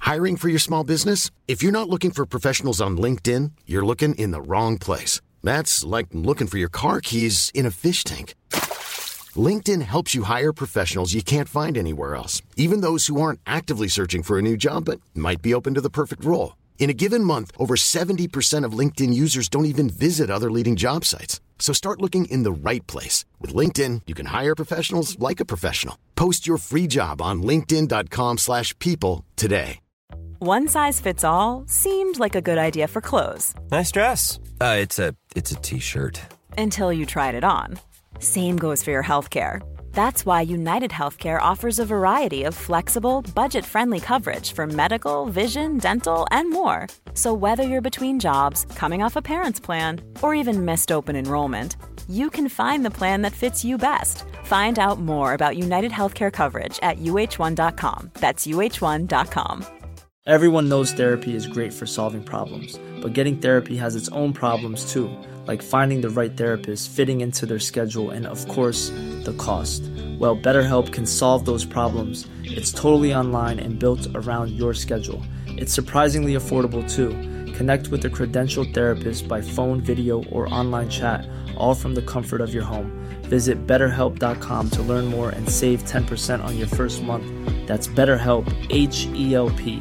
Hiring for your small business? If you're not looking for professionals on LinkedIn, you're looking in the wrong place. That's like looking for your car keys in a fish tank. LinkedIn helps you hire professionals you can't find anywhere else, even those who aren't actively searching for a new job but might be open to the perfect role. In a given month, over 70% of LinkedIn users don't even visit other leading job sites. So start looking in the right place. With LinkedIn, you can hire professionals like a professional. Post your free job on linkedin.com/people today. One size fits all seemed like a good idea for clothes. Nice dress. It's a t-shirt. Until you tried it on. Same goes for your healthcare. That's why United Healthcare offers a variety of flexible, budget-friendly coverage for medical, vision, dental, and more. So whether you're between jobs, coming off a parent's plan, or even missed open enrollment, you can find the plan that fits you best. Find out more about United Healthcare coverage at uh1.com. That's uh1.com. Everyone knows therapy is great for solving problems, but getting therapy has its own problems too, like finding the right therapist, fitting into their schedule, and of course, the cost. Well, BetterHelp can solve those problems. It's totally online and built around your schedule. It's surprisingly affordable too. Connect with a credentialed therapist by phone, video, or online chat, all from the comfort of your home. Visit BetterHelp.com to learn more and save 10% on your first month. That's BetterHelp, H-E-L-P.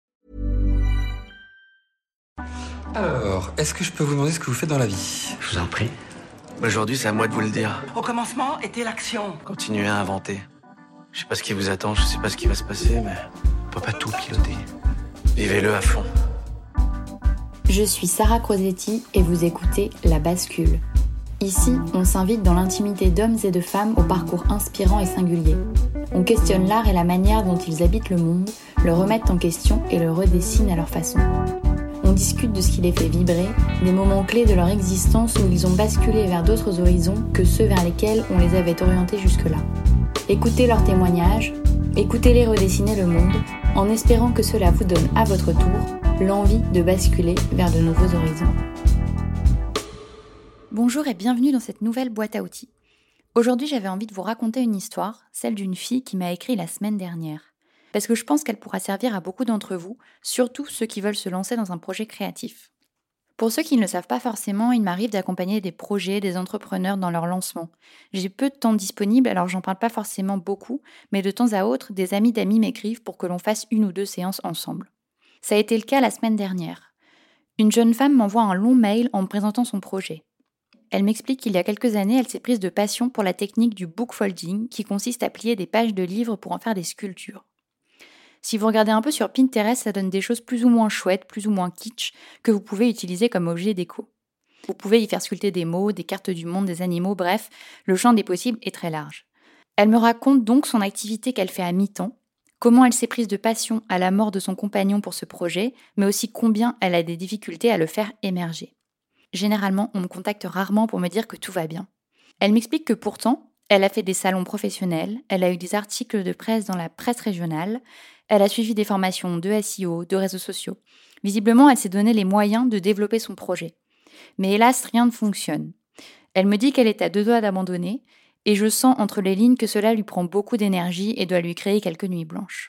Alors, est-ce que je peux vous demander ce que vous faites dans la vie ? Je vous en prie. Aujourd'hui, c'est à moi de vous le dire. Au commencement était l'action. Continuez à inventer. Je sais pas ce qui vous attend, je sais pas ce qui va se passer, mais on peut pas tout piloter. Vivez-le à fond. Je suis Sarah Crosetti et vous écoutez La Bascule. Ici, on s'invite dans l'intimité d'hommes et de femmes au parcours inspirant et singulier. On questionne l'art et la manière dont ils habitent le monde, le remettent en question et le redessinent à leur façon. On discute de ce qui les fait vibrer, des moments clés de leur existence où ils ont basculé vers d'autres horizons que ceux vers lesquels on les avait orientés jusque-là. Écoutez leurs témoignages, écoutez-les redessiner le monde, en espérant que cela vous donne à votre tour l'envie de basculer vers de nouveaux horizons. Bonjour et bienvenue dans cette nouvelle boîte à outils. Aujourd'hui, j'avais envie de vous raconter une histoire, celle d'une fille qui m'a écrit la semaine dernière. Parce que je pense qu'elle pourra servir à beaucoup d'entre vous, surtout ceux qui veulent se lancer dans un projet créatif. Pour ceux qui ne le savent pas forcément, il m'arrive d'accompagner des projets, des entrepreneurs dans leur lancement. J'ai peu de temps disponible, alors j'en parle pas forcément beaucoup, mais de temps à autre, des amis d'amis m'écrivent pour que l'on fasse 1 ou 2 séances ensemble. Ça a été le cas la semaine dernière. Une jeune femme m'envoie un long mail en me présentant son projet. Elle m'explique qu'il y a quelques années, elle s'est prise de passion pour la technique du bookfolding, qui consiste à plier des pages de livres pour en faire des sculptures. Si vous regardez un peu sur Pinterest, ça donne des choses plus ou moins chouettes, plus ou moins kitsch, que vous pouvez utiliser comme objet déco. Vous pouvez y faire sculpter des mots, des cartes du monde, des animaux, bref, le champ des possibles est très large. Elle me raconte donc son activité qu'elle fait à mi-temps, comment elle s'est prise de passion à la mort de son compagnon pour ce projet, mais aussi combien elle a des difficultés à le faire émerger. Généralement, on me contacte rarement pour me dire que tout va bien. Elle m'explique que pourtant, elle a fait des salons professionnels, elle a eu des articles de presse dans la presse régionale, elle a suivi des formations de SEO, de réseaux sociaux. Visiblement, elle s'est donné les moyens de développer son projet. Mais hélas, rien ne fonctionne. Elle me dit qu'elle est à 2 doigts d'abandonner, et je sens entre les lignes que cela lui prend beaucoup d'énergie et doit lui créer quelques nuits blanches.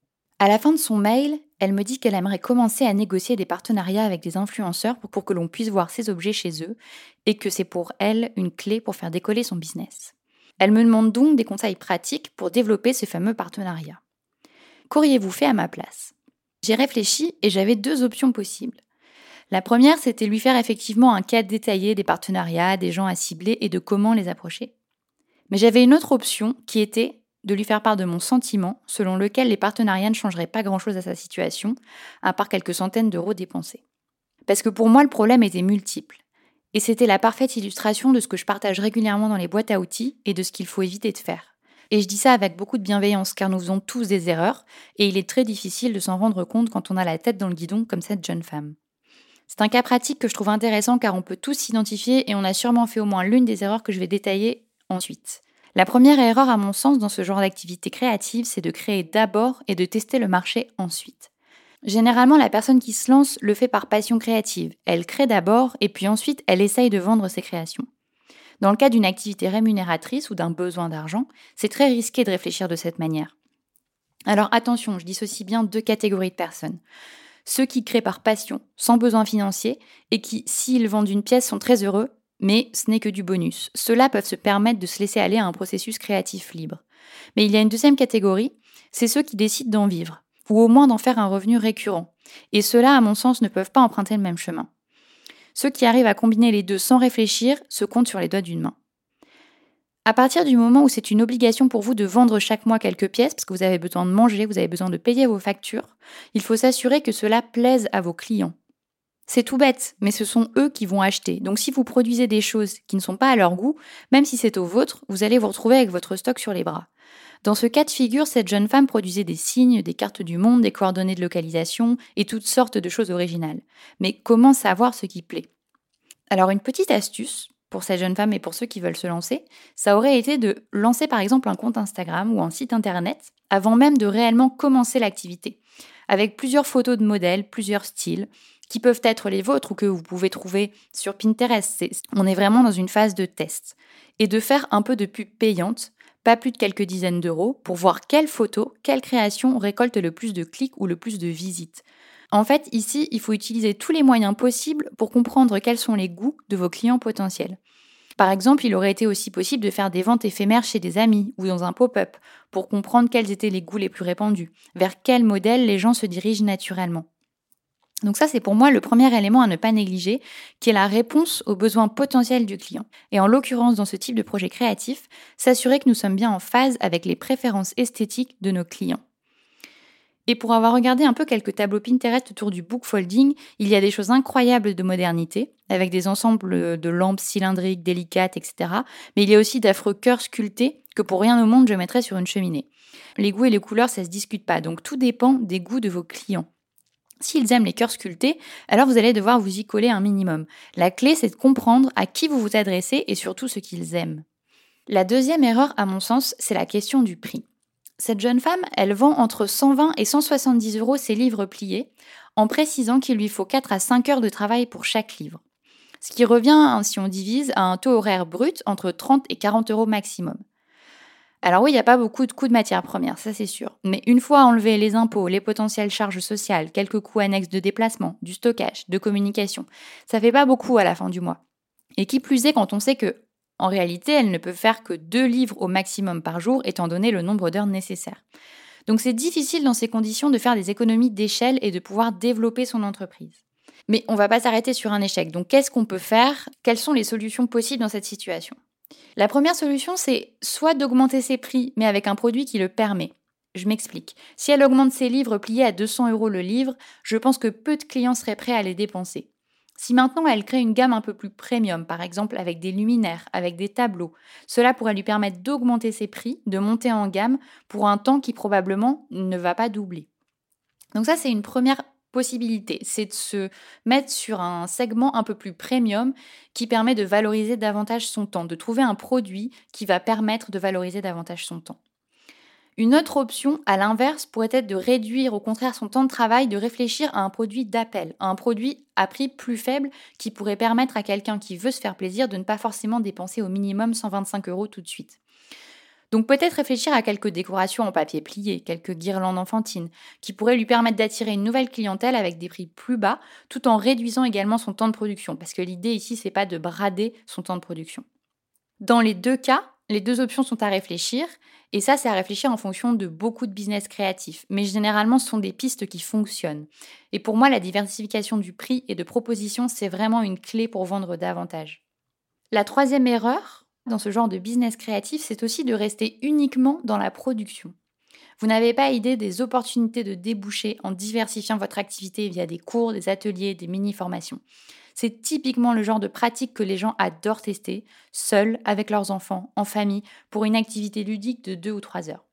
À la fin de son mail, elle me dit qu'elle aimerait commencer à négocier des partenariats avec des influenceurs pour que l'on puisse voir ses objets chez eux, et que c'est pour elle une clé pour faire décoller son business. Elle me demande donc des conseils pratiques pour développer ce fameux partenariat. Qu'auriez-vous fait à ma place ? J'ai réfléchi et j'avais 2 options possibles. La première, c'était lui faire effectivement un cadre détaillé des partenariats, des gens à cibler et de comment les approcher. Mais j'avais une autre option qui était de lui faire part de mon sentiment selon lequel les partenariats ne changeraient pas grand-chose à sa situation, à part quelques centaines d'euros dépensés. Parce que pour moi, le problème était multiple. Et c'était la parfaite illustration de ce que je partage régulièrement dans les boîtes à outils et de ce qu'il faut éviter de faire. Et je dis ça avec beaucoup de bienveillance, car nous faisons tous des erreurs, et il est très difficile de s'en rendre compte quand on a la tête dans le guidon comme cette jeune femme. C'est un cas pratique que je trouve intéressant car on peut tous s'identifier et on a sûrement fait au moins l'une des erreurs que je vais détailler ensuite. La première erreur à mon sens dans ce genre d'activité créative, c'est de créer d'abord et de tester le marché ensuite. Généralement, la personne qui se lance le fait par passion créative. Elle crée d'abord et puis ensuite elle essaye de vendre ses créations. Dans le cas d'une activité rémunératrice ou d'un besoin d'argent, c'est très risqué de réfléchir de cette manière. Alors attention, je dissocie bien 2 catégories de personnes. Ceux qui créent par passion, sans besoin financier, et qui, s'ils vendent une pièce, sont très heureux, mais ce n'est que du bonus. Ceux-là peuvent se permettre de se laisser aller à un processus créatif libre. Mais il y a une deuxième catégorie, c'est ceux qui décident d'en vivre, ou au moins d'en faire un revenu récurrent. Et ceux-là, à mon sens, ne peuvent pas emprunter le même chemin. Ceux qui arrivent à combiner les deux sans réfléchir se comptent sur les doigts d'une main. À partir du moment où c'est une obligation pour vous de vendre chaque mois quelques pièces, parce que vous avez besoin de manger, vous avez besoin de payer vos factures, il faut s'assurer que cela plaise à vos clients. C'est tout bête, mais ce sont eux qui vont acheter. Donc si vous produisez des choses qui ne sont pas à leur goût, même si c'est au vôtre, vous allez vous retrouver avec votre stock sur les bras. Dans ce cas de figure, cette jeune femme produisait des signes, des cartes du monde, des coordonnées de localisation et toutes sortes de choses originales. Mais comment savoir ce qui plaît ? Alors une petite astuce pour cette jeune femme et pour ceux qui veulent se lancer, ça aurait été de lancer par exemple un compte Instagram ou un site internet avant même de réellement commencer l'activité, avec plusieurs photos de modèles, plusieurs styles, qui peuvent être les vôtres ou que vous pouvez trouver sur Pinterest. On est vraiment dans une phase de test. Et de faire un peu de pub payante, pas plus de quelques dizaines d'euros, pour voir quelle photo, quelle création récolte le plus de clics ou le plus de visites. En fait, ici, il faut utiliser tous les moyens possibles pour comprendre quels sont les goûts de vos clients potentiels. Par exemple, il aurait été aussi possible de faire des ventes éphémères chez des amis ou dans un pop-up pour comprendre quels étaient les goûts les plus répandus, vers quel modèle les gens se dirigent naturellement. Donc ça, c'est pour moi le premier élément à ne pas négliger, qui est la réponse aux besoins potentiels du client. Et en l'occurrence, dans ce type de projet créatif, s'assurer que nous sommes bien en phase avec les préférences esthétiques de nos clients. Et pour avoir regardé un peu quelques tableaux Pinterest autour du bookfolding, il y a des choses incroyables de modernité, avec des ensembles de lampes cylindriques, délicates, etc. Mais il y a aussi d'affreux cœurs sculptés que pour rien au monde je mettrais sur une cheminée. Les goûts et les couleurs, ça se discute pas, donc tout dépend des goûts de vos clients. S'ils aiment les cœurs sculptés, alors vous allez devoir vous y coller un minimum. La clé, c'est de comprendre à qui vous vous adressez et surtout ce qu'ils aiment. La deuxième erreur, à mon sens, c'est la question du prix. Cette jeune femme, elle vend entre 120 et 170 € ses livres pliés, en précisant qu'il lui faut 4 à 5 heures de travail pour chaque livre. Ce qui revient, si on divise, à un taux horaire brut entre 30 et 40 € maximum. Alors oui, il n'y a pas beaucoup de coûts de matières premières, ça c'est sûr. Mais une fois enlevés les impôts, les potentielles charges sociales, quelques coûts annexes de déplacement, du stockage, de communication, ça fait pas beaucoup à la fin du mois. Et qui plus est quand on sait que, en réalité, elle ne peut faire que 2 livres au maximum par jour, étant donné le nombre d'heures nécessaires. Donc c'est difficile dans ces conditions de faire des économies d'échelle et de pouvoir développer son entreprise. Mais on ne va pas s'arrêter sur un échec. Donc qu'est-ce qu'on peut faire ? Quelles sont les solutions possibles dans cette situation ? La première solution, c'est soit d'augmenter ses prix, mais avec un produit qui le permet. Je m'explique. Si elle augmente ses livres pliés à 200 € le livre, je pense que peu de clients seraient prêts à les dépenser. Si maintenant elle crée une gamme un peu plus premium, par exemple avec des luminaires, avec des tableaux, cela pourrait lui permettre d'augmenter ses prix, de monter en gamme pour un temps qui probablement ne va pas doubler. Donc ça, c'est une première possibilité, c'est de se mettre sur un segment un peu plus premium qui permet de valoriser davantage son temps, de trouver un produit qui va permettre de valoriser davantage son temps. Une autre option, à l'inverse, pourrait être de réduire au contraire son temps de travail, de réfléchir à un produit d'appel, à un produit à prix plus faible qui pourrait permettre à quelqu'un qui veut se faire plaisir de ne pas forcément dépenser au minimum 125 € tout de suite. Donc peut-être réfléchir à quelques décorations en papier plié, quelques guirlandes enfantines, qui pourraient lui permettre d'attirer une nouvelle clientèle avec des prix plus bas, tout en réduisant également son temps de production, parce que l'idée ici, c'est pas de brader son temps de production. Dans les deux cas, les deux options sont à réfléchir, et ça, c'est à réfléchir en fonction de beaucoup de business créatifs. Mais généralement, ce sont des pistes qui fonctionnent. Et pour moi, la diversification du prix et de propositions, c'est vraiment une clé pour vendre davantage. La troisième erreur dans ce genre de business créatif, c'est aussi de rester uniquement dans la production. Vous n'avez pas idée des opportunités de déboucher en diversifiant votre activité via des cours, des ateliers, des mini-formations. C'est typiquement le genre de pratique que les gens adorent tester, seuls, avec leurs enfants, en famille, pour une activité ludique de 2 ou 3 heures.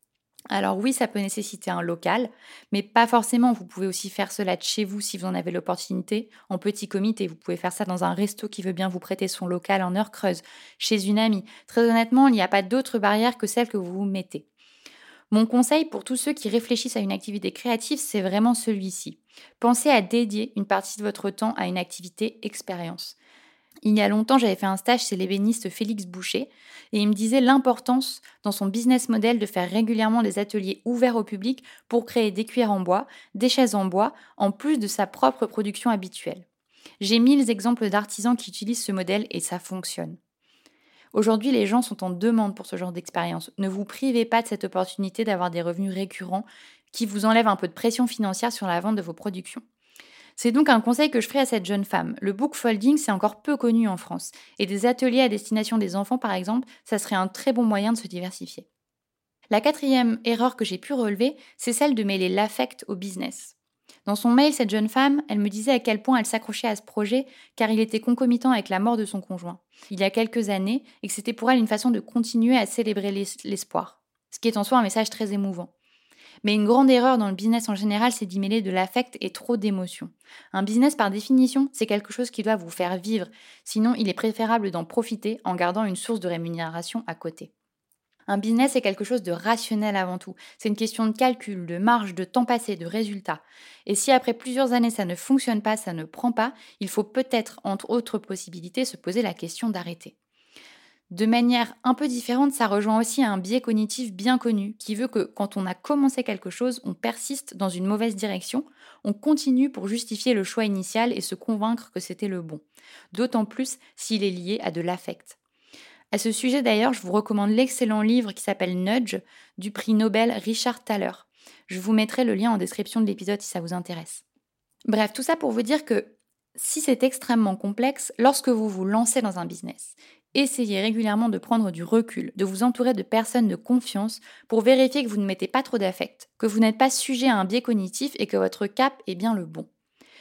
Alors oui, ça peut nécessiter un local, mais pas forcément. Vous pouvez aussi faire cela de chez vous si vous en avez l'opportunité, en petit comité. Vous pouvez faire ça dans un resto qui veut bien vous prêter son local en heure creuse, chez une amie. Très honnêtement, il n'y a pas d'autre barrière que celle que vous vous mettez. Mon conseil pour tous ceux qui réfléchissent à une activité créative, c'est vraiment celui-ci. Pensez à dédier une partie de votre temps à une activité expérience. Il y a longtemps, j'avais fait un stage chez l'ébéniste Félix Boucher et il me disait l'importance dans son business model de faire régulièrement des ateliers ouverts au public pour créer des cuillères en bois, des chaises en bois, en plus de sa propre production habituelle. J'ai 1000 exemples d'artisans qui utilisent ce modèle et ça fonctionne. Aujourd'hui, les gens sont en demande pour ce genre d'expérience. Ne vous privez pas de cette opportunité d'avoir des revenus récurrents qui vous enlèvent un peu de pression financière sur la vente de vos productions. C'est donc un conseil que je ferai à cette jeune femme. Le bookfolding, c'est encore peu connu en France. Et des ateliers à destination des enfants, par exemple, ça serait un très bon moyen de se diversifier. La 4e erreur que j'ai pu relever, c'est celle de mêler l'affect au business. Dans son mail, cette jeune femme, elle me disait à quel point elle s'accrochait à ce projet car il était concomitant avec la mort de son conjoint, il y a quelques années, et que c'était pour elle une façon de continuer à célébrer l'espoir. Ce qui est en soi un message très émouvant. Mais une grande erreur dans le business en général, c'est d'y mêler de l'affect et trop d'émotions. Un business, par définition, c'est quelque chose qui doit vous faire vivre. Sinon, il est préférable d'en profiter en gardant une source de rémunération à côté. Un business est quelque chose de rationnel avant tout. C'est une question de calcul, de marge, de temps passé, de résultats. Et si après plusieurs années ça ne fonctionne pas, ça ne prend pas, il faut peut-être, entre autres possibilités, se poser la question d'arrêter. De manière un peu différente, ça rejoint aussi un biais cognitif bien connu qui veut que quand on a commencé quelque chose, on persiste dans une mauvaise direction, on continue pour justifier le choix initial et se convaincre que c'était le bon. D'autant plus s'il est lié à de l'affect. À ce sujet d'ailleurs, je vous recommande l'excellent livre qui s'appelle Nudge du prix Nobel Richard Thaler. Je vous mettrai le lien en description de l'épisode si ça vous intéresse. Bref, tout ça pour vous dire que si c'est extrêmement complexe, lorsque vous vous lancez dans un business, essayez régulièrement de prendre du recul, de vous entourer de personnes de confiance pour vérifier que vous ne mettez pas trop d'affect, que vous n'êtes pas sujet à un biais cognitif et que votre cap est bien le bon.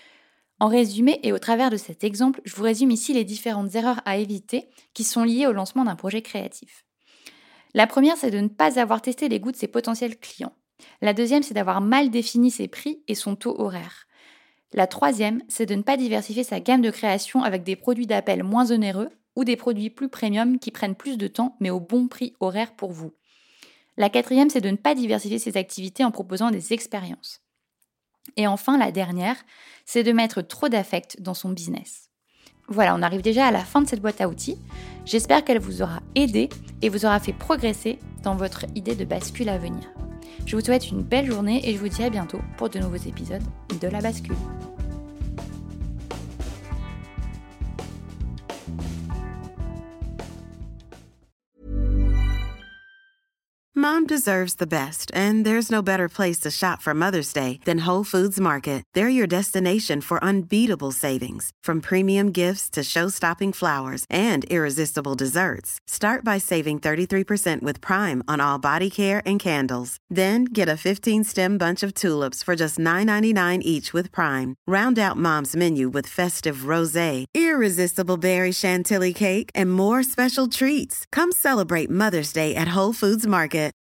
En résumé, et au travers de cet exemple, je vous résume ici les différentes erreurs à éviter qui sont liées au lancement d'un projet créatif. La première, c'est de ne pas avoir testé les goûts de ses potentiels clients. La deuxième, c'est d'avoir mal défini ses prix et son taux horaire. La troisième, c'est de ne pas diversifier sa gamme de création avec des produits d'appel moins onéreux ou des produits plus premium qui prennent plus de temps mais au bon prix horaire pour vous. La quatrième, c'est de ne pas diversifier ses activités en proposant des expériences. Et enfin, la dernière, c'est de mettre trop d'affect dans son business. Voilà, on arrive déjà à la fin de cette boîte à outils. J'espère qu'elle vous aura aidé et vous aura fait progresser dans votre idée de bascule à venir. Je vous souhaite une belle journée et je vous dis à bientôt pour de nouveaux épisodes de La Bascule. Mom deserves the best, and there's no better place to shop for Mother's Day than Whole Foods Market. They're your destination for unbeatable savings, from premium gifts to show-stopping flowers and irresistible desserts. Start by saving 33% with Prime on all body care and candles. Then get a 15-stem bunch of tulips for just $9.99 each with Prime. Round out Mom's menu with festive rosé, irresistible berry chantilly cake, and more special treats. Come celebrate Mother's Day at Whole Foods Market.